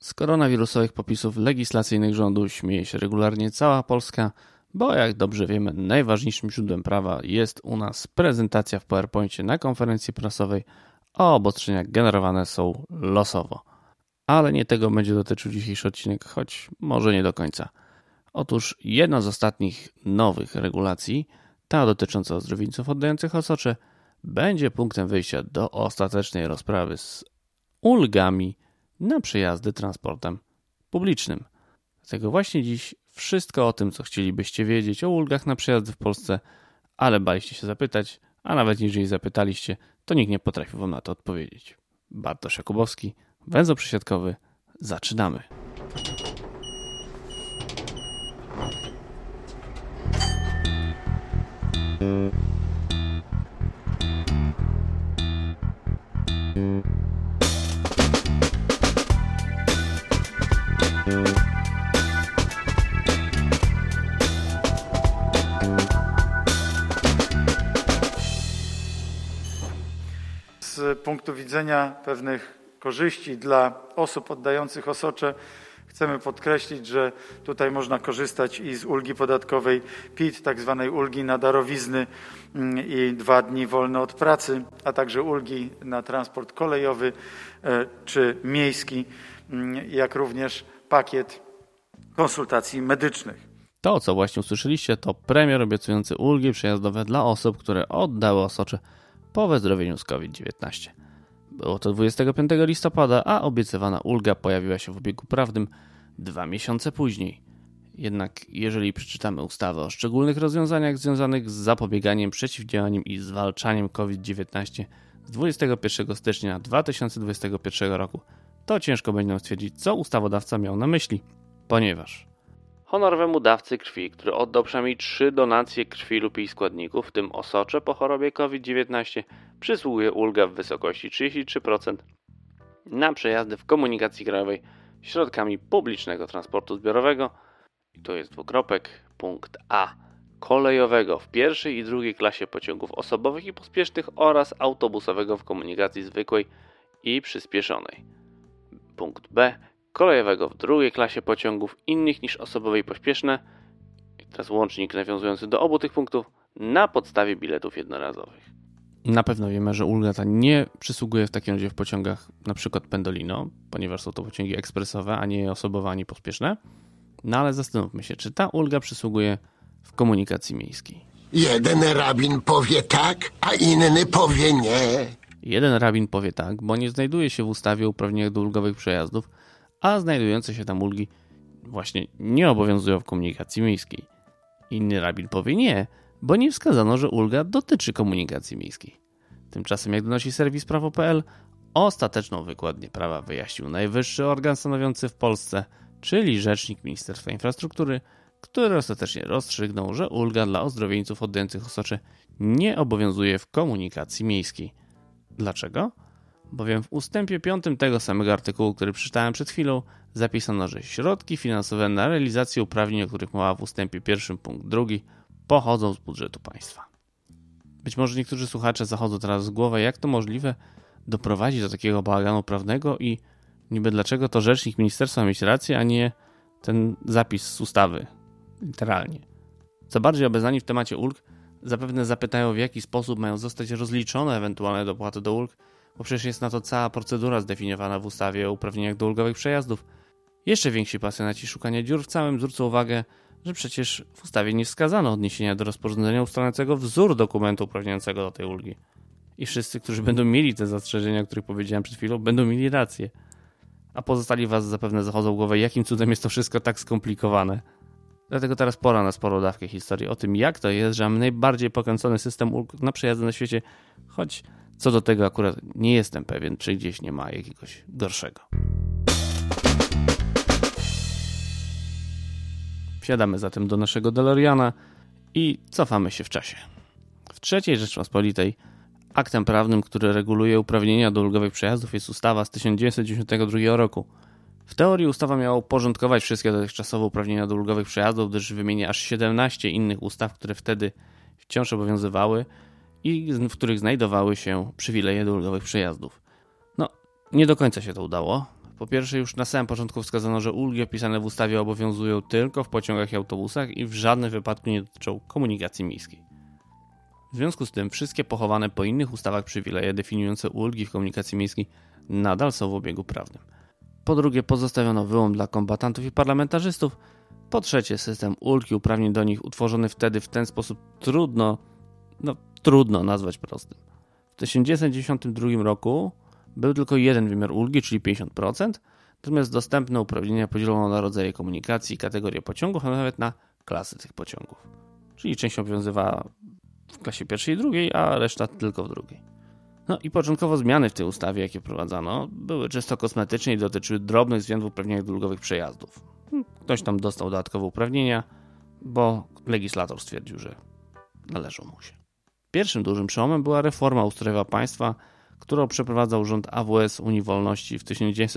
Z koronawirusowych popisów legislacyjnych rządu śmieje się regularnie cała Polska, bo jak dobrze wiemy, najważniejszym źródłem prawa jest u nas prezentacja w PowerPoincie na konferencji prasowej, a obostrzenia generowane są losowo. Ale nie tego będzie dotyczył dzisiejszy odcinek, choć może nie do końca. Otóż jedna z ostatnich nowych regulacji, ta dotycząca ozdrowieńców oddających osocze, będzie punktem wyjścia do ostatecznej rozprawy z ulgami na przejazdy transportem publicznym. Dlatego właśnie dziś wszystko o tym, co chcielibyście wiedzieć o ulgach na przejazdy w Polsce, ale baliście się zapytać, a nawet jeżeli zapytaliście, to nikt nie potrafił wam na to odpowiedzieć. Bartosz Jakubowski, węzeł przesiadkowy, zaczynamy. Z punktu widzenia pewnych korzyści dla osób oddających osocze chcemy podkreślić, że tutaj można korzystać i z ulgi podatkowej PIT, tak zwanej ulgi na darowizny i 2 dni wolne od pracy, a także ulgi na transport kolejowy czy miejski, jak również pakiet konsultacji medycznych. To, co właśnie usłyszeliście, to premier obiecujący ulgi przejazdowe dla osób, które oddały osocze po wyzdrowieniu z COVID-19. Było to 25 listopada, a obiecywana ulga pojawiła się w obiegu prawnym 2 miesiące później. Jednak jeżeli przeczytamy ustawę o szczególnych rozwiązaniach związanych z zapobieganiem, przeciwdziałaniem i zwalczaniem COVID-19 z 21 stycznia 2021 roku, to ciężko będzie nam stwierdzić, co ustawodawca miał na myśli, ponieważ honorowemu dawcy krwi, który oddał przynajmniej 3 donacje krwi lub jej składników, w tym osocze po chorobie COVID-19, przysługuje ulga w wysokości 33% na przejazdy w komunikacji krajowej środkami publicznego transportu zbiorowego, i to jest dwukropek, punkt A, kolejowego w pierwszej i drugiej klasie pociągów osobowych i pospiesznych oraz autobusowego w komunikacji zwykłej i przyspieszonej. Punkt B, kolejowego w drugiej klasie pociągów innych niż osobowe i pośpieszne, i teraz łącznik nawiązujący do obu tych punktów, na podstawie biletów jednorazowych. Na pewno wiemy, że ulga ta nie przysługuje w takim razie w pociągach np. Pendolino, ponieważ są to pociągi ekspresowe, a nie osobowe, ani pospieszne. No ale zastanówmy się, czy ta ulga przysługuje w komunikacji miejskiej. Jeden rabin powie tak, a inny powie nie. Jeden rabin powie tak, bo nie znajduje się w ustawie o uprawnieniach do ulgowych przejazdów, a znajdujące się tam ulgi właśnie nie obowiązują w komunikacji miejskiej. Inny rabin powie nie, bo nie wskazano, że ulga dotyczy komunikacji miejskiej. Tymczasem, jak donosi serwis prawo.pl, ostateczną wykładnię prawa wyjaśnił najwyższy organ stanowiący w Polsce, czyli Rzecznik Ministerstwa Infrastruktury, który ostatecznie rozstrzygnął, że ulga dla ozdrowieńców oddających osocze nie obowiązuje w komunikacji miejskiej. Dlaczego? Bowiem w ustępie 5 tego samego artykułu, który przeczytałem przed chwilą, zapisano, że środki finansowe na realizację uprawnień, o których mowa w ustępie 1 punkt 2, pochodzą z budżetu państwa. Być może niektórzy słuchacze zachodzą teraz z głowy, jak to możliwe doprowadzić do takiego bałaganu prawnego i niby dlaczego to rzecznik ministerstwa ma mieć rację, a nie ten zapis z ustawy, literalnie. Co bardziej obeznani w temacie ulg zapewne zapytają, w jaki sposób mają zostać rozliczone ewentualne dopłaty do ulg, bo przecież jest na to cała procedura zdefiniowana w ustawie o uprawnieniach do ulgowych przejazdów. Jeszcze więksi pasjonaci szukania dziur w całym zwrócą uwagę, że przecież w ustawie nie wskazano odniesienia do rozporządzenia ustalającego wzór dokumentu uprawniającego do tej ulgi. I wszyscy, którzy będą mieli te zastrzeżenia, o których powiedziałem przed chwilą, będą mieli rację. A pozostali was zapewne zachodzą w głowę, jakim cudem jest to wszystko tak skomplikowane. Dlatego teraz pora na sporą dawkę historii o tym, jak to jest, że mamy najbardziej pokręcony system ulg na przejazdy na świecie, choć co do tego akurat nie jestem pewien, czy gdzieś nie ma jakiegoś gorszego. Wsiadamy zatem do naszego DeLoreana i cofamy się w czasie. W III Rzeczpospolitej aktem prawnym, który reguluje uprawnienia do ulgowych przejazdów, jest ustawa z 1992 roku. W teorii ustawa miała uporządkować wszystkie dotychczasowe uprawnienia do ulgowych przejazdów, gdyż wymienia aż 17 innych ustaw, które wtedy wciąż obowiązywały i w których znajdowały się przywileje do ulgowych przejazdów. No, nie do końca się to udało. Po pierwsze, już na samym początku wskazano, że ulgi opisane w ustawie obowiązują tylko w pociągach i autobusach i w żadnym wypadku nie dotyczą komunikacji miejskiej. W związku z tym wszystkie pochowane po innych ustawach przywileje definiujące ulgi w komunikacji miejskiej nadal są w obiegu prawnym. Po drugie, pozostawiono wyłom dla kombatantów i parlamentarzystów. Po trzecie, system ulg i uprawnień do nich utworzony wtedy w ten sposób trudno nazwać prostym. W 1992 roku był tylko jeden wymiar ulgi, czyli 50%, natomiast dostępne uprawnienia podzielono na rodzaje komunikacji, kategorie pociągów, a nawet na klasy tych pociągów. Czyli część obowiązywała w klasie pierwszej i drugiej, a reszta tylko w drugiej. No i początkowo zmiany w tej ustawie, jakie wprowadzano, były często kosmetyczne i dotyczyły drobnych zmian w uprawnieniach do ulgowych przejazdów. Ktoś tam dostał dodatkowe uprawnienia, bo legislator stwierdził, że należą mu się. Pierwszym dużym przełomem była reforma ustrojowa państwa, którą przeprowadzał rząd AWS Unii Wolności w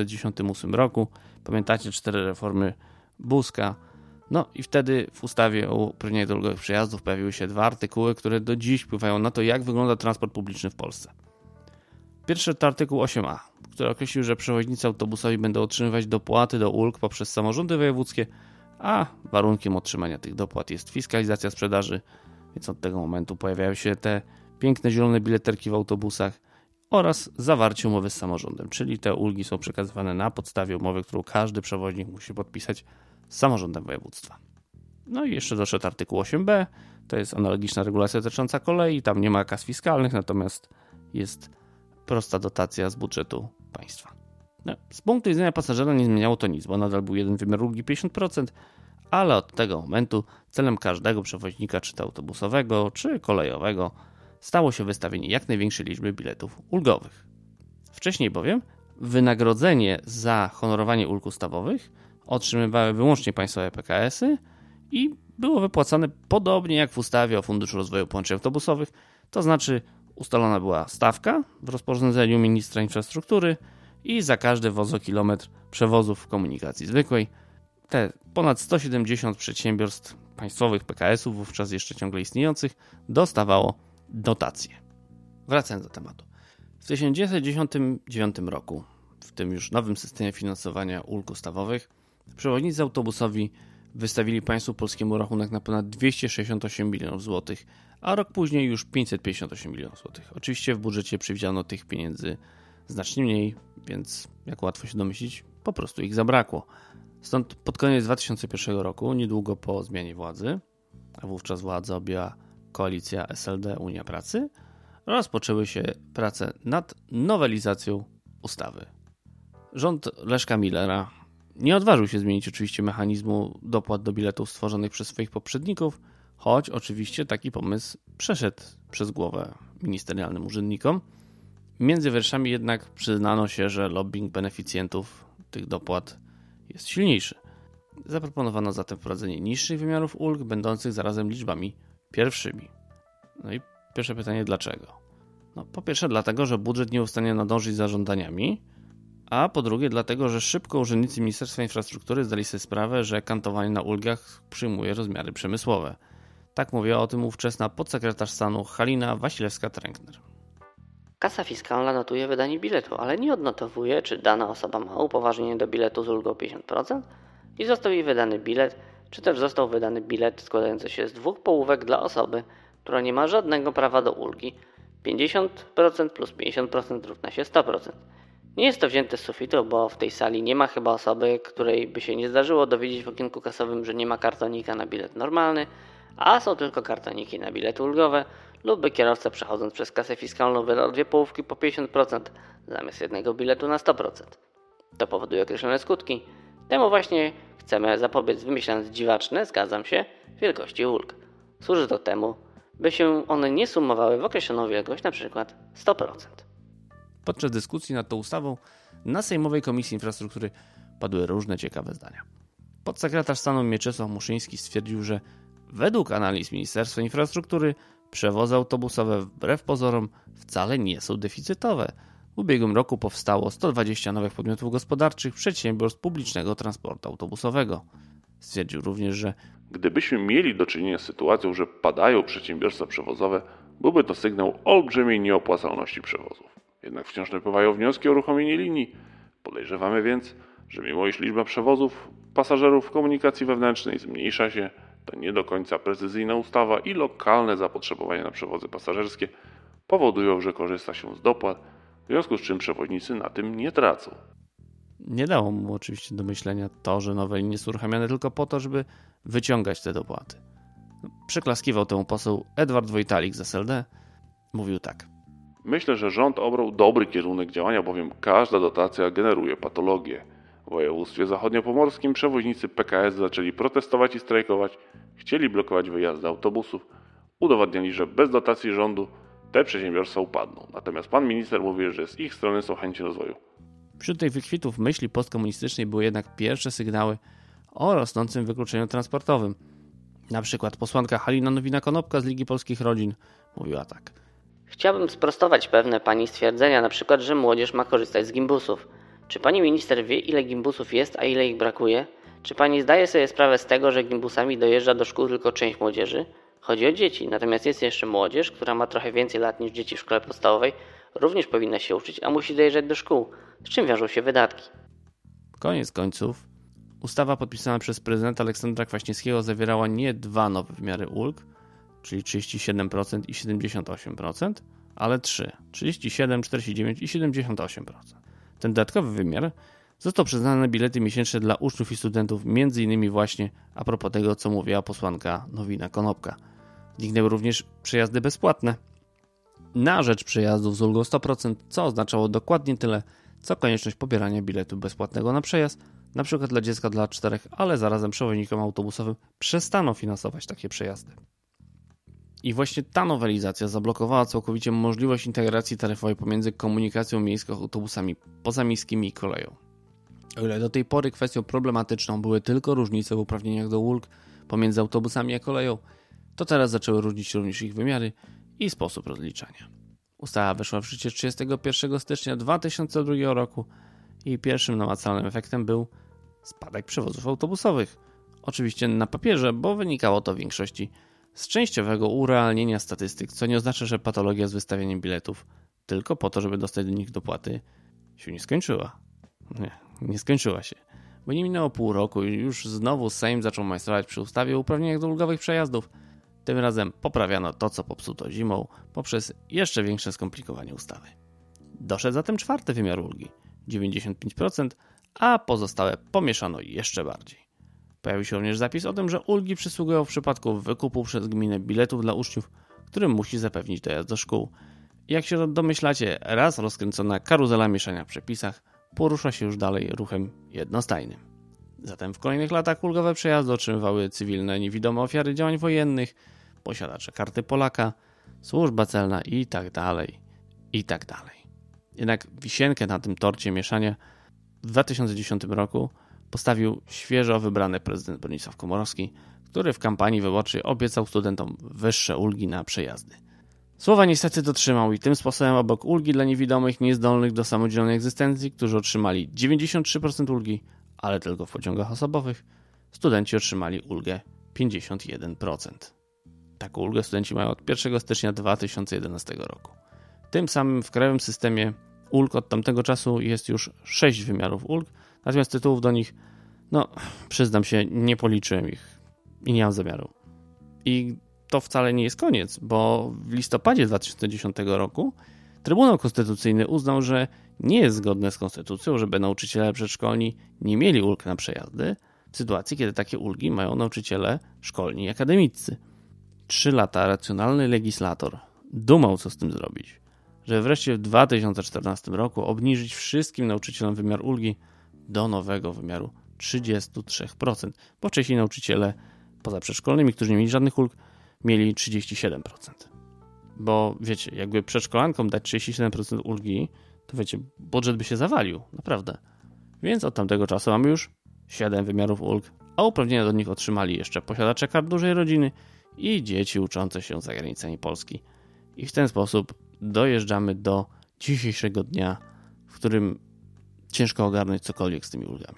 1998 roku. Pamiętacie 4 reformy Buzka. No i wtedy w ustawie o uprawnieniach do ulgowych przejazdów pojawiły się 2 artykuły, które do dziś wpływają na to, jak wygląda transport publiczny w Polsce. Pierwszy to artykuł 8a, który określił, że przewoźnicy autobusowi będą otrzymywać dopłaty do ulg poprzez samorządy wojewódzkie, a warunkiem otrzymania tych dopłat jest fiskalizacja sprzedaży, więc od tego momentu pojawiają się te piękne zielone bileterki w autobusach oraz zawarcie umowy z samorządem, czyli te ulgi są przekazywane na podstawie umowy, którą każdy przewoźnik musi podpisać z samorządem województwa. No i jeszcze doszedł artykuł 8b, to jest analogiczna regulacja dotycząca kolei, tam nie ma kas fiskalnych, natomiast jest prosta dotacja z budżetu państwa. No, z punktu widzenia pasażera nie zmieniało to nic, bo nadal był jeden wymiar ulgi 50%, ale od tego momentu celem każdego przewoźnika, czy to autobusowego, czy kolejowego, stało się wystawienie jak największej liczby biletów ulgowych. Wcześniej bowiem wynagrodzenie za honorowanie ulg ustawowych otrzymywały wyłącznie państwowe PKS-y i było wypłacane podobnie jak w ustawie o Funduszu Rozwoju Połączeń Autobusowych, to znaczy ustalona była stawka w rozporządzeniu ministra infrastruktury i za każdy wozokilometr przewozów w komunikacji zwykłej te ponad 170 przedsiębiorstw państwowych PKS-ów, wówczas jeszcze ciągle istniejących, dostawało dotacje. Wracając do tematu. W 1999 roku, w tym już nowym systemie finansowania ulg ustawowych, przewoźnicy autobusowi wystawili państwu polskiemu rachunek na ponad 268 milionów złotych, a rok później już 558 milionów złotych. Oczywiście w budżecie przewidziano tych pieniędzy znacznie mniej, więc jak łatwo się domyślić, po prostu ich zabrakło. Stąd pod koniec 2001 roku, niedługo po zmianie władzy, a wówczas władzę objęła koalicja SLD-Unia Pracy, rozpoczęły się prace nad nowelizacją ustawy. Rząd Leszka Millera nie odważył się zmienić oczywiście mechanizmu dopłat do biletów stworzonych przez swoich poprzedników, choć oczywiście taki pomysł przeszedł przez głowę ministerialnym urzędnikom. Między wierszami jednak przyznano się, że lobbying beneficjentów tych dopłat jest silniejszy. Zaproponowano zatem wprowadzenie niższych wymiarów ulg, będących zarazem liczbami pierwszymi. No i pierwsze pytanie, dlaczego? No, po pierwsze dlatego, że budżet nie był w stanie nadążyć za żądaniami, a po drugie dlatego, że szybko urzędnicy Ministerstwa Infrastruktury zdali sobie sprawę, że kantowanie na ulgach przyjmuje rozmiary przemysłowe. Tak mówiła o tym ówczesna podsekretarz stanu Halina Wasilewska-Trękner. Kasa fiskalna notuje wydanie biletu, ale nie odnotowuje, czy dana osoba ma upoważnienie do biletu z ulgą 50% i został jej wydany bilet, czy też został wydany bilet składający się z 2 połówek dla osoby, która nie ma żadnego prawa do ulgi. 50% plus 50% równa się 100%. Nie jest to wzięte z sufitu, bo w tej sali nie ma chyba osoby, której by się nie zdarzyło dowiedzieć w okienku kasowym, że nie ma kartonika na bilet normalny, a są tylko kartoniki na bilety ulgowe, lub by kierowca przechodząc przez kasę fiskalną wydał 2 połówki po 50% zamiast jednego biletu na 100%. To powoduje określone skutki. Temu właśnie chcemy zapobiec, wymyślając dziwaczne, zgadzam się, wielkości ulg. Służy to temu, by się one nie sumowały w określoną wielkość, np. 100%. Podczas dyskusji nad tą ustawą na Sejmowej Komisji Infrastruktury padły różne ciekawe zdania. Podsekretarz stanu Mieczysław Muszyński stwierdził, że według analiz Ministerstwa Infrastruktury przewozy autobusowe wbrew pozorom wcale nie są deficytowe. W ubiegłym roku powstało 120 nowych podmiotów gospodarczych przedsiębiorstw publicznego transportu autobusowego. Stwierdził również, że gdybyśmy mieli do czynienia z sytuacją, że padają przedsiębiorstwa przewozowe, byłby to sygnał olbrzymiej nieopłacalności przewozów. Jednak wciąż napływają wnioski o uruchomienie linii, Podejrzewamy więc, że mimo iż liczba przewozów pasażerów w komunikacji wewnętrznej zmniejsza się, to nie do końca precyzyjna ustawa i lokalne zapotrzebowanie na przewozy pasażerskie powodują, że korzysta się z dopłat, w związku z czym przewoźnicy na tym nie tracą. Nie dało mu oczywiście do myślenia to, że nowe linie są uruchamiane tylko po to, żeby wyciągać te dopłaty. Przyklaskiwał temu poseł Edward Wojtalik z SLD. Mówił tak. Myślę, że rząd obrał dobry kierunek działania, bowiem każda dotacja generuje patologię. W województwie zachodniopomorskim przewoźnicy PKS zaczęli protestować i strajkować, chcieli blokować wyjazdy autobusów, udowadniali, że bez dotacji rządu te przedsiębiorstwa upadną. Natomiast pan minister mówi, że z ich strony są chęci rozwoju. Wśród tych wykwitów myśli postkomunistycznej były jednak pierwsze sygnały o rosnącym wykluczeniu transportowym. Na przykład posłanka Halina Nowina-Konopka z Ligi Polskich Rodzin mówiła tak. Chciałbym sprostować pewne pani stwierdzenia, na przykład, że młodzież ma korzystać z gimbusów. Czy pani minister wie, ile gimbusów jest, a ile ich brakuje? Czy pani zdaje sobie sprawę z tego, że gimbusami dojeżdża do szkół tylko część młodzieży? Chodzi o dzieci, natomiast jest jeszcze młodzież, która ma trochę więcej lat niż dzieci w szkole podstawowej, również powinna się uczyć, a musi dojeżdżać do szkół. Z czym wiążą się wydatki? Koniec końców, ustawa podpisana przez prezydenta Aleksandra Kwaśniewskiego zawierała nie dwa nowe wymiary ulg, czyli 37% i 78%, ale trzy, 37, 49 i 78%. Ten dodatkowy wymiar został przyznany na bilety miesięczne dla uczniów i studentów, m.in. właśnie a propos tego, co mówiła posłanka Nowina-Konopka. Zniknęły również przejazdy bezpłatne na rzecz przejazdów z ulgą 100%, co oznaczało dokładnie tyle, co konieczność pobierania biletu bezpłatnego na przejazd, na przykład dla dziecka dla 4, ale zarazem przewoźnikom autobusowym przestano finansować takie przejazdy. I właśnie ta nowelizacja zablokowała całkowicie możliwość integracji taryfowej pomiędzy komunikacją miejską, autobusami pozamiejskimi i koleją. O ile do tej pory kwestią problematyczną były tylko różnice w uprawnieniach do ulg pomiędzy autobusami a koleją, to teraz zaczęły różnić się również ich wymiary i sposób rozliczania. Ustawa weszła w życie 31 stycznia 2002 roku i pierwszym namacalnym efektem był spadek przewozów autobusowych. Oczywiście na papierze, bo wynikało to w większości z częściowego urealnienia statystyk, co nie oznacza, że patologia z wystawianiem biletów tylko po to, żeby dostać do nich dopłaty, się nie skończyła. Nie skończyła się, bo nie minęło pół roku i już znowu Sejm zaczął majstrować przy ustawie o uprawnieniach do ulgowych przejazdów. Tym razem poprawiano to, co popsuto zimą, poprzez jeszcze większe skomplikowanie ustawy. Doszedł zatem czwarty wymiar ulgi, 95%, a pozostałe pomieszano jeszcze bardziej. Pojawił się również zapis o tym, że ulgi przysługują w przypadku wykupu przez gminę biletów dla uczniów, którym musi zapewnić dojazd do szkół. Jak się domyślacie, raz rozkręcona karuzela mieszania w przepisach porusza się już dalej ruchem jednostajnym. Zatem w kolejnych latach ulgowe przejazdy otrzymywały cywilne niewidome ofiary działań wojennych, posiadacze karty Polaka, służba celna i tak dalej. Jednak wisienkę na tym torcie mieszania w 2010 roku postawił świeżo wybrany prezydent Bronisław Komorowski, który w kampanii wyborczej obiecał studentom wyższe ulgi na przejazdy. Słowa niestety dotrzymał i tym sposobem obok ulgi dla niewidomych niezdolnych do samodzielnej egzystencji, którzy otrzymali 93% ulgi, ale tylko w pociągach osobowych, studenci otrzymali ulgę 51%. Taką ulgę studenci mają od 1 stycznia 2011 roku. Tym samym w krajowym systemie ulg od tamtego czasu jest już 6 wymiarów ulg, natomiast tytułów do nich, przyznam się, nie policzyłem ich i nie mam zamiaru. I to wcale nie jest koniec, bo w listopadzie 2010 roku Trybunał Konstytucyjny uznał, że nie jest zgodne z konstytucją, żeby nauczyciele przedszkolni nie mieli ulg na przejazdy, w sytuacji, kiedy takie ulgi mają nauczyciele szkolni i akademiccy. 3 lata racjonalny legislator dumał, co z tym zrobić, że wreszcie w 2014 roku obniżyć wszystkim nauczycielom wymiar ulgi do nowego wymiaru 33%, bo wcześniej nauczyciele poza przedszkolnymi, którzy nie mieli żadnych ulg, mieli 37%. Bo wiecie, jakby przedszkolankom dać 37% ulgi, to wiecie, budżet by się zawalił, naprawdę. Więc od tamtego czasu mamy już 7 wymiarów ulg, a uprawnienia do nich otrzymali jeszcze posiadacze kart dużej rodziny i dzieci uczące się za granicami Polski. I w ten sposób dojeżdżamy do dzisiejszego dnia, w którym ciężko ogarnąć cokolwiek z tymi ulgami.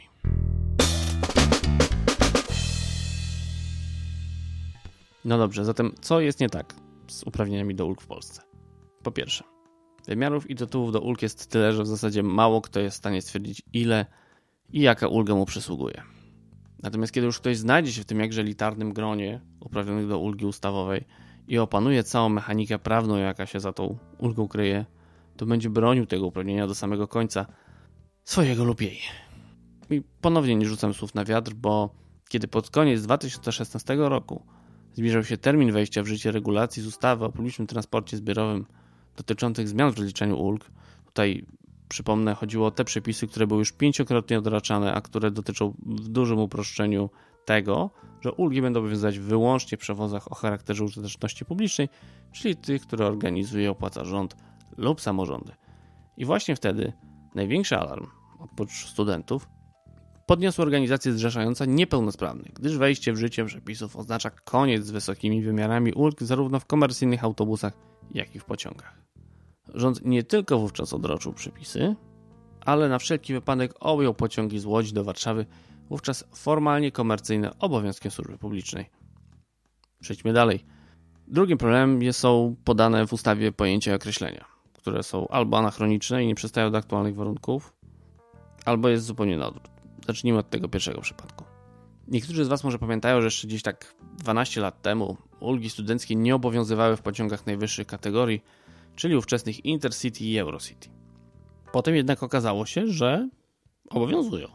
No dobrze, zatem co jest nie tak z uprawnieniami do ulg w Polsce? Po pierwsze, Wymiarów i tytułów do ulg jest tyle, że w zasadzie mało kto jest w stanie stwierdzić, ile i jaka ulga mu przysługuje. Natomiast kiedy już ktoś znajdzie się w tym jakże elitarnym gronie uprawnionych do ulgi ustawowej i opanuje całą mechanikę prawną, jaka się za tą ulgą kryje, to będzie bronił tego uprawnienia do samego końca swojego lub jej. I ponownie nie rzucam słów na wiatr, bo kiedy pod koniec 2016 roku zbliżał się termin wejścia w życie regulacji z ustawy o publicznym transporcie zbiorowym dotyczących zmian w rozliczaniu ulg, tutaj przypomnę, chodziło o te przepisy, które były już 5-krotnie odraczane, a które dotyczą w dużym uproszczeniu tego, że ulgi będą obowiązywać wyłącznie w przewozach o charakterze użyteczności publicznej, czyli tych, które organizuje i opłaca rząd lub samorządy. I właśnie wtedy największy alarm, oprócz studentów, podniosła organizacja zrzeszająca niepełnosprawnych, gdyż wejście w życie przepisów oznacza koniec z wysokimi wymiarami ulg zarówno w komercyjnych autobusach, jak i w pociągach. Rząd nie tylko wówczas odroczył przepisy, ale na wszelki wypadek objął pociągi z Łodzi do Warszawy, wówczas formalnie komercyjne obowiązkiem służby publicznej. Przejdźmy dalej. Drugim problemem są podane w ustawie pojęcia i określenia, które są albo anachroniczne i nie przystają do aktualnych warunków, albo jest zupełnie na odwrót. Zacznijmy od tego pierwszego przypadku. Niektórzy z Was może pamiętają, że jeszcze gdzieś tak 12 lat temu ulgi studenckie nie obowiązywały w pociągach najwyższych kategorii, czyli ówczesnych Intercity i Eurocity. Potem jednak okazało się, że obowiązują.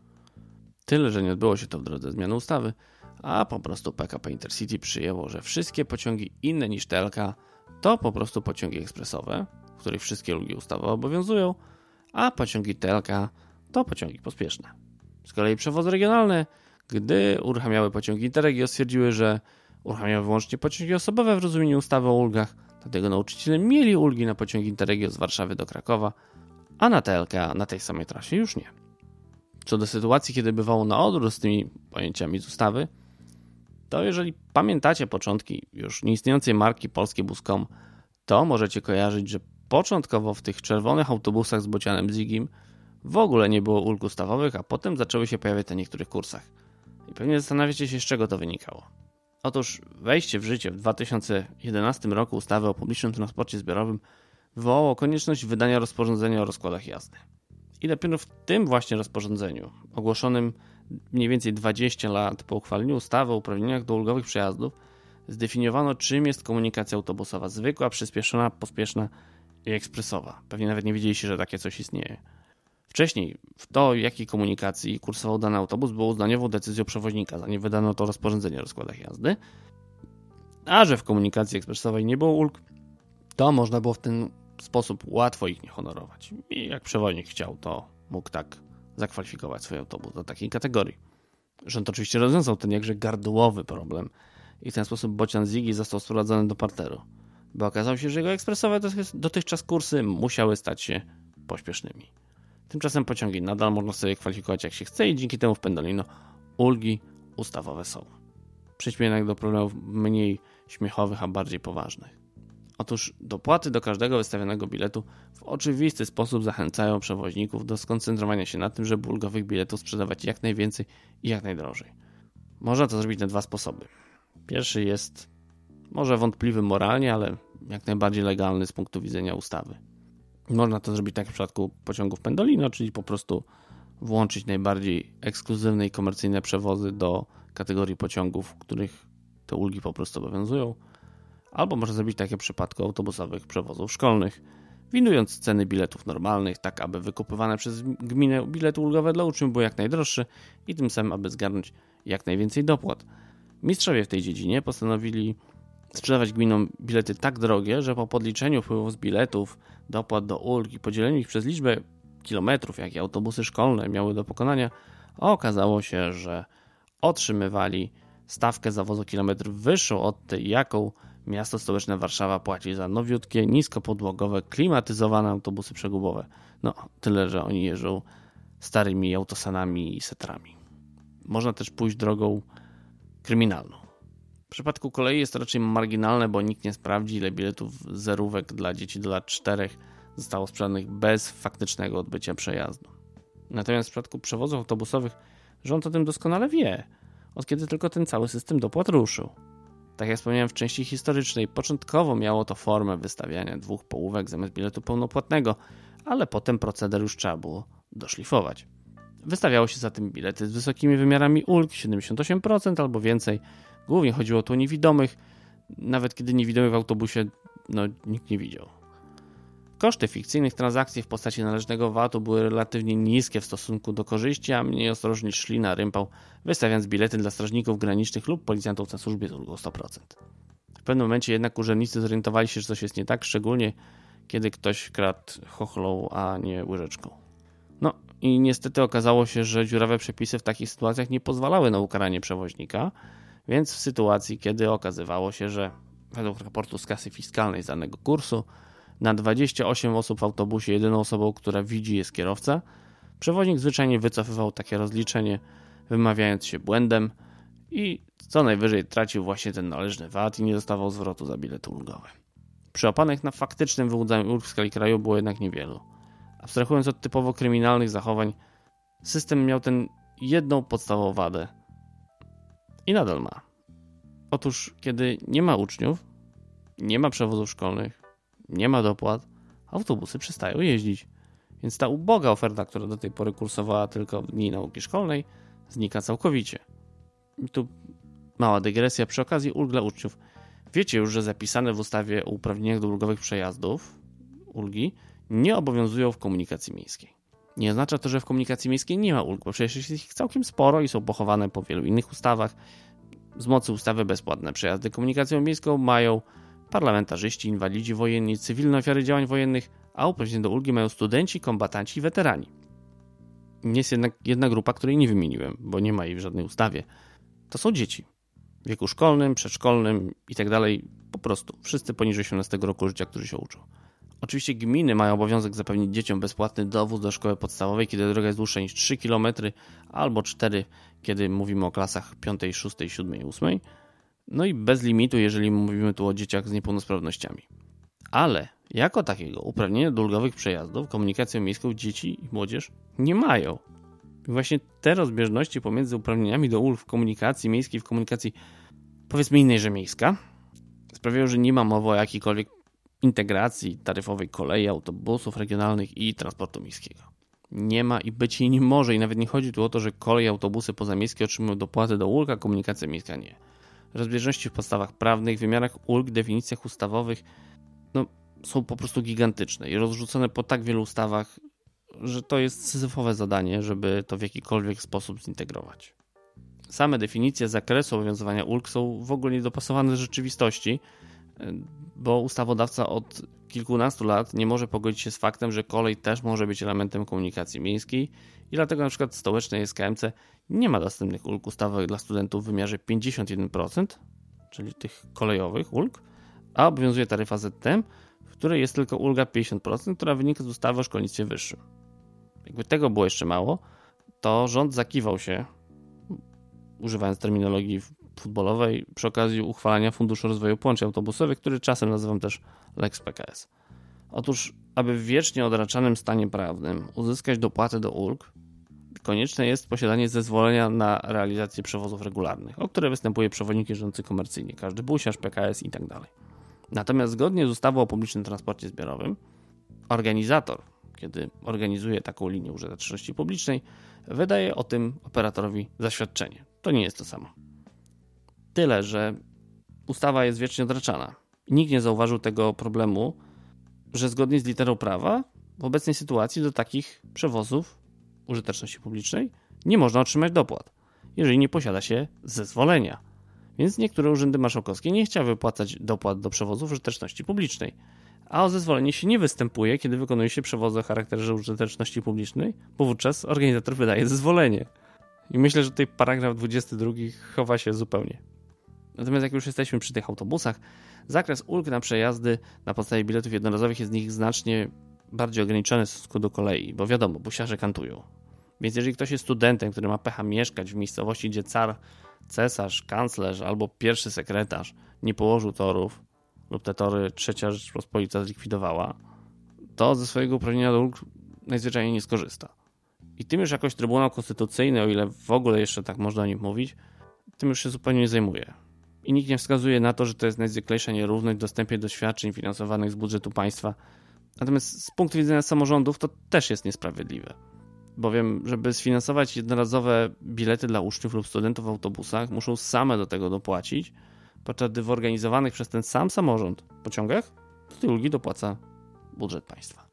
Tyle, że nie odbyło się to w drodze zmiany ustawy, a po prostu PKP Intercity przyjęło, że wszystkie pociągi inne niż TLK to po prostu pociągi ekspresowe, w których wszystkie ulgi ustawowe obowiązują, a pociągi TLK to pociągi pospieszne. Z kolei przewozy regionalne, gdy uruchamiały pociągi Interregio, stwierdziły, że uruchamiały wyłącznie pociągi osobowe w rozumieniu ustawy o ulgach, dlatego nauczyciele mieli ulgi na pociągi Interregio z Warszawy do Krakowa, a na TLK na tej samej trasie już nie. Co do sytuacji, kiedy bywało na odwrót z tymi pojęciami z ustawy, to jeżeli pamiętacie początki już nieistniejącej marki Polskie Bus.com, to możecie kojarzyć, że początkowo w tych czerwonych autobusach z bocianem Zigim w ogóle nie było ulg ustawowych, a potem zaczęły się pojawiać na niektórych kursach. I pewnie zastanawiacie się, z czego to wynikało. Otóż wejście w życie w 2011 roku ustawy o publicznym transporcie zbiorowym wywołało konieczność wydania rozporządzenia o rozkładach jazdy. I dopiero w tym właśnie rozporządzeniu, ogłoszonym mniej więcej 20 lat po uchwaleniu ustawy o uprawnieniach do ulgowych przejazdów, zdefiniowano, czym jest komunikacja autobusowa zwykła, przyspieszona, pospieszna i ekspresowa. Pewnie nawet nie wiedzieliście, że takie coś istnieje. Wcześniej w to, jakiej komunikacji kursował dany autobus, było uznaniową decyzją przewoźnika, zanim wydano to rozporządzenie o rozkładach jazdy. A że w komunikacji ekspresowej nie było ulg, to można było w ten sposób łatwo ich nie honorować. I jak przewoźnik chciał, to mógł tak zakwalifikować swój autobus do takiej kategorii. Rząd oczywiście rozwiązał ten jakże gardłowy problem i w ten sposób bocian Ziggy został sprowadzony do parteru, bo okazało się, że jego ekspresowe dotychczas kursy musiały stać się pośpiesznymi. Tymczasem pociągi nadal można sobie kwalifikować jak się chce i dzięki temu w Pendolino ulgi ustawowe są. Przejdźmy jednak do problemów mniej śmiechowych, a bardziej poważnych. Otóż dopłaty do każdego wystawionego biletu w oczywisty sposób zachęcają przewoźników do skoncentrowania się na tym, żeby ulgowych biletów sprzedawać jak najwięcej i jak najdrożej. Można to zrobić na dwa sposoby. Pierwszy jest może wątpliwy moralnie, ale jak najbardziej legalny z punktu widzenia ustawy. Można to zrobić tak w przypadku pociągów Pendolino, czyli po prostu włączyć najbardziej ekskluzywne i komercyjne przewozy do kategorii pociągów, w których te ulgi po prostu obowiązują. Albo można zrobić takie w przypadku autobusowych przewozów szkolnych, windując ceny biletów normalnych, tak aby wykupywane przez gminę bilety ulgowe dla uczniów były jak najdroższe i tym samym, aby zgarnąć jak najwięcej dopłat. Mistrzowie w tej dziedzinie postanowili sprzedawać gminom bilety tak drogie, że po podliczeniu wpływów z biletów, dopłat do ulg i podzieleniu ich przez liczbę kilometrów, jakie autobusy szkolne miały do pokonania, okazało się, że otrzymywali stawkę za wozu kilometrów wyższą od tej, jaką miasto stołeczne Warszawa płaci za nowiutkie, niskopodłogowe, klimatyzowane autobusy przegubowe. No, tyle, że oni jeżdżą starymi autosanami i setrami. Można też pójść drogą kryminalną. W przypadku kolei jest to raczej marginalne, bo nikt nie sprawdzi, ile biletów zerówek dla dzieci do lat 4 zostało sprzedanych bez faktycznego odbycia przejazdu. Natomiast w przypadku przewozów autobusowych rząd o tym doskonale wie, od kiedy tylko ten cały system dopłat ruszył. Tak jak wspomniałem w części historycznej, początkowo miało to formę wystawiania 2 połówek zamiast biletu pełnopłatnego, ale potem proceder już trzeba było doszlifować. Wystawiało się zatem bilety z wysokimi wymiarami ulg, 78% albo więcej. Głównie chodziło tu o niewidomych, nawet kiedy niewidomy w autobusie nikt nie widział. Koszty fikcyjnych transakcji w postaci należnego VAT-u były relatywnie niskie w stosunku do korzyści, a mniej ostrożni szli na rympał, wystawiając bilety dla strażników granicznych lub policjantów na służbie z ulgą 100%. W pewnym momencie jednak urzędnicy zorientowali się, że coś jest nie tak, szczególnie kiedy ktoś kradł chochlą, a nie łyżeczką. I niestety okazało się, że dziurawe przepisy w takich sytuacjach nie pozwalały na ukaranie przewoźnika, więc w sytuacji, kiedy okazywało się, że według raportu z kasy fiskalnej z danego kursu na 28 osób w autobusie jedyną osobą, która widzi, jest kierowca, przewoźnik zwyczajnie wycofywał takie rozliczenie, wymawiając się błędem i co najwyżej tracił właśnie ten należny VAT i nie dostawał zwrotu za bilety ulgowe. Przyłapanych na faktycznym wyłudzaniu ulg w skali kraju było jednak niewielu. Abstrahując od typowo kryminalnych zachowań, system miał tę jedną podstawową wadę i nadal ma. Otóż, kiedy nie ma uczniów, nie ma przewozów szkolnych, nie ma dopłat, autobusy przestają jeździć. Więc ta uboga oferta, która do tej pory kursowała tylko w dni nauki szkolnej, znika całkowicie. I tu mała dygresja przy okazji ulg dla uczniów. Wiecie już, że zapisane w ustawie o uprawnieniach do ulgowych przejazdów ulgi nie obowiązują w komunikacji miejskiej. Nie oznacza to, że w komunikacji miejskiej nie ma ulg, bo przecież jest ich całkiem sporo i są pochowane po wielu innych ustawach. Z mocy ustawy bezpłatne przejazdy komunikacją miejską mają parlamentarzyści, inwalidzi wojenni, cywilne ofiary działań wojennych, a uprawnienia do ulgi mają studenci, kombatanci i weterani. Jest jednak jedna grupa, której nie wymieniłem, bo nie ma jej w żadnej ustawie. To są dzieci w wieku szkolnym, przedszkolnym itd. Po prostu wszyscy poniżej 18 roku życia, którzy się uczą. Oczywiście gminy mają obowiązek zapewnić dzieciom bezpłatny dowóz do szkoły podstawowej, kiedy droga jest dłuższa niż 3 km, albo 4, kiedy mówimy o klasach 5, 6, 7 i 8. No i bez limitu, jeżeli mówimy tu o dzieciach z niepełnosprawnościami. Ale jako takiego uprawnienia do ulgowych przejazdów komunikacją miejską dzieci i młodzież nie mają. I właśnie te rozbieżności pomiędzy uprawnieniami do ulg w komunikacji miejskiej, w komunikacji powiedzmy innej, że miejska, sprawiają, że nie ma mowy o jakiejkolwiek integracji taryfowej kolei, autobusów regionalnych i transportu miejskiego. Nie ma i być jej nie może i nawet nie chodzi tu o to, że kolej i autobusy pozamiejskie otrzymują dopłaty do ulg, a komunikacja miejska nie. Rozbieżności w podstawach prawnych, wymiarach ulg, definicjach ustawowych są po prostu gigantyczne i rozrzucone po tak wielu ustawach, że to jest syzyfowe zadanie, żeby to w jakikolwiek sposób zintegrować. Same definicje zakresu obowiązywania ulg są w ogóle niedopasowane do rzeczywistości, bo ustawodawca od kilkunastu lat nie może pogodzić się z faktem, że kolej też może być elementem komunikacji miejskiej i dlatego na przykład stołecznej SKMC nie ma dostępnych ulg ustawowych dla studentów w wymiarze 51%, czyli tych kolejowych ulg, a obowiązuje taryfa ZTM, w której jest tylko ulga 50%, która wynika z ustawy o szkolnictwie wyższym. Jakby tego było jeszcze mało, to rząd zakiwał się, używając terminologii futbolowej, przy okazji uchwalania Funduszu Rozwoju Połączeń Autobusowych, który czasem nazywam też Lex PKS. Otóż, aby w wiecznie odraczanym stanie prawnym uzyskać dopłatę do ulg, konieczne jest posiadanie zezwolenia na realizację przewozów regularnych, o które występuje przewoźnik jeżdżący komercyjnie, każdy busiarz, PKS itd. Natomiast zgodnie z ustawą o publicznym transporcie zbiorowym, organizator, kiedy organizuje taką linię użyteczności publicznej, wydaje o tym operatorowi zaświadczenie. To nie jest to samo. Tyle, że ustawa jest wiecznie odraczana. Nikt nie zauważył tego problemu, że zgodnie z literą prawa w obecnej sytuacji do takich przewozów użyteczności publicznej nie można otrzymać dopłat, jeżeli nie posiada się zezwolenia. Więc niektóre urzędy marszałkowskie nie chciały wypłacać dopłat do przewozów użyteczności publicznej, a o zezwolenie się nie występuje, kiedy wykonuje się przewozy o charakterze użyteczności publicznej, bo wówczas organizator wydaje zezwolenie. I myślę, że tutaj paragraf 22 chowa się zupełnie. Natomiast jak już jesteśmy przy tych autobusach, zakres ulg na przejazdy na podstawie biletów jednorazowych jest z nich znacznie bardziej ograniczony w stosunku do kolei, bo wiadomo, busiarze kantują. Więc jeżeli ktoś jest studentem, który ma pecha mieszkać w miejscowości, gdzie car, cesarz, kanclerz albo pierwszy sekretarz nie położył torów lub te tory trzecia Rzeczpospolita zlikwidowała, to ze swojego uprawnienia do ulg najzwyczajniej nie skorzysta. I tym już jakoś Trybunał Konstytucyjny, o ile w ogóle jeszcze tak można o nim mówić, tym już się zupełnie nie zajmuje. i nikt nie wskazuje na to, że to jest najzwyklejsza nierówność w dostępie do świadczeń finansowanych z budżetu państwa. Natomiast z punktu widzenia samorządów to też jest niesprawiedliwe. Bowiem, żeby sfinansować jednorazowe bilety dla uczniów lub studentów w autobusach, muszą same do tego dopłacić, podczas gdy w organizowanych przez ten sam samorząd pociągach do tej ulgi dopłaca budżet państwa.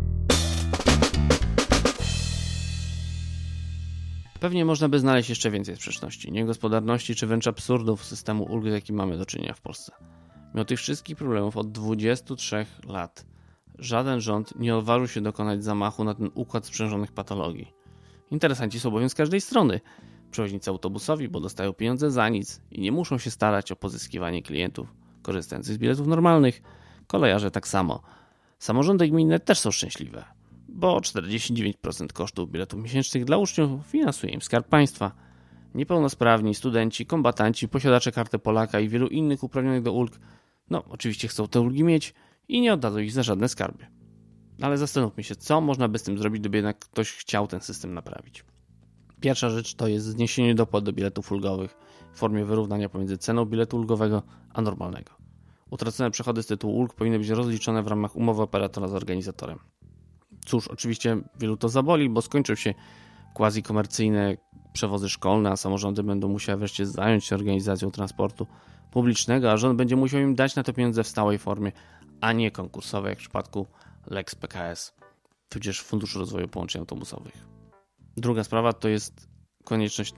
Pewnie można by znaleźć jeszcze więcej sprzeczności, niegospodarności czy wręcz absurdów systemu ulg, z jakim mamy do czynienia w Polsce. Mimo tych wszystkich problemów od 23 lat żaden rząd nie odważył się dokonać zamachu na ten układ sprzężonych patologii. Interesanci są bowiem z każdej strony. Przewoźnicy autobusowi, bo dostają pieniądze za nic i nie muszą się starać o pozyskiwanie klientów korzystających z biletów normalnych. Kolejarze tak samo. Samorządy gminne też są szczęśliwe, bo 49% kosztów biletów miesięcznych dla uczniów finansuje im Skarb Państwa. Niepełnosprawni, studenci, kombatanci, posiadacze Karty Polaka i wielu innych uprawnionych do ulg, oczywiście chcą te ulgi mieć i nie oddadzą ich za żadne skarby. Ale zastanówmy się, co można by z tym zrobić, gdyby jednak ktoś chciał ten system naprawić. Pierwsza rzecz to jest zniesienie dopłat do biletów ulgowych w formie wyrównania pomiędzy ceną biletu ulgowego a normalnego. Utracone przychody z tytułu ulg powinny być rozliczone w ramach umowy operatora z organizatorem. Cóż, oczywiście wielu to zaboli, bo skończą się quasi-komercyjne przewozy szkolne, a samorządy będą musiały wreszcie zająć się organizacją transportu publicznego, a rząd będzie musiał im dać na to pieniądze w stałej formie, a nie konkursowe jak w przypadku Lex PKS, tudzież Funduszu Rozwoju Połączeń Autobusowych. Druga sprawa to jest konieczność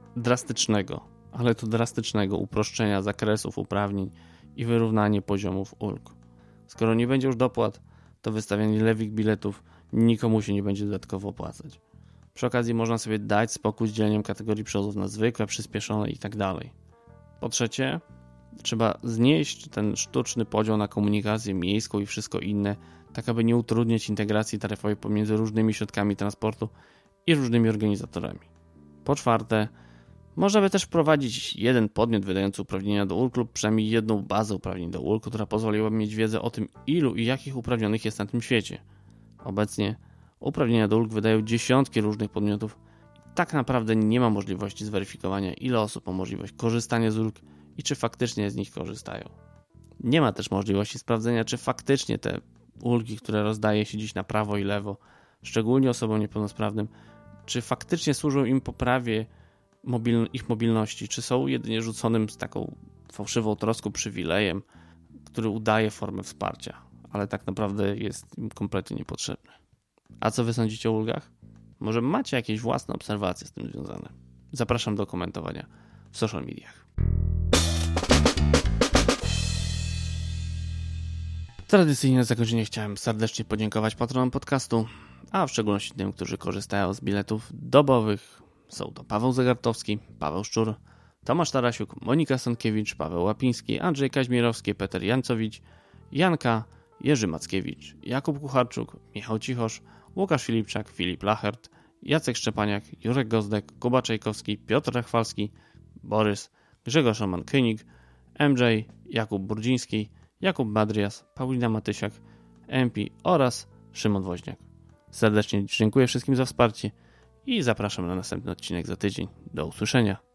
drastycznego uproszczenia zakresów uprawnień i wyrównanie poziomów ulg. Skoro nie będzie już dopłat, to wystawianie lewich biletów nikomu się nie będzie dodatkowo opłacać. Przy okazji można sobie dać spokój z dzieleniem kategorii przewozów na zwykłe, przyspieszone itd. Po trzecie, trzeba znieść ten sztuczny podział na komunikację miejską i wszystko inne, tak aby nie utrudniać integracji taryfowej pomiędzy różnymi środkami transportu i różnymi organizatorami. Po czwarte, można by też wprowadzić jeden podmiot wydający uprawnienia do ulg lub przynajmniej jedną bazę uprawnień do ulg, która pozwoliłaby mieć wiedzę o tym, ilu i jakich uprawnionych jest na tym świecie. Obecnie uprawnienia do ulg wydają dziesiątki różnych podmiotów i tak naprawdę nie ma możliwości zweryfikowania, ile osób ma możliwość korzystania z ulg i czy faktycznie z nich korzystają. Nie ma też możliwości sprawdzenia, czy faktycznie te ulgi, które rozdaje się dziś na prawo i lewo, szczególnie osobom niepełnosprawnym, czy faktycznie służą im poprawie ich mobilności, czy są jedynie rzuconym z taką fałszywą troską przywilejem, który udaje formę wsparcia, ale tak naprawdę jest im kompletnie niepotrzebny. A co wy sądzicie o ulgach? Może macie jakieś własne obserwacje z tym związane? Zapraszam do komentowania w social mediach. Tradycyjnie na zakończenie chciałem serdecznie podziękować patronom podcastu, a w szczególności tym, którzy korzystają z biletów dobowych. Są to Paweł Zegartowski, Paweł Szczur, Tomasz Tarasiuk, Monika Stankiewicz, Paweł Łapiński, Andrzej Kaźmierowski, Peter Jancowicz, Janka, Jerzy Mackiewicz, Jakub Kucharczuk, Michał Cichosz, Łukasz Filipczak, Filip Lachert, Jacek Szczepaniak, Jurek Gozdek, Kuba Czajkowski, Piotr Rachwalski, Borys, Grzegorz Roman-Kynik, MJ, Jakub Burdziński, Jakub Badrias, Paulina Matysiak, MP oraz Szymon Woźniak. Serdecznie dziękuję wszystkim za wsparcie i zapraszam na następny odcinek za tydzień. Do usłyszenia.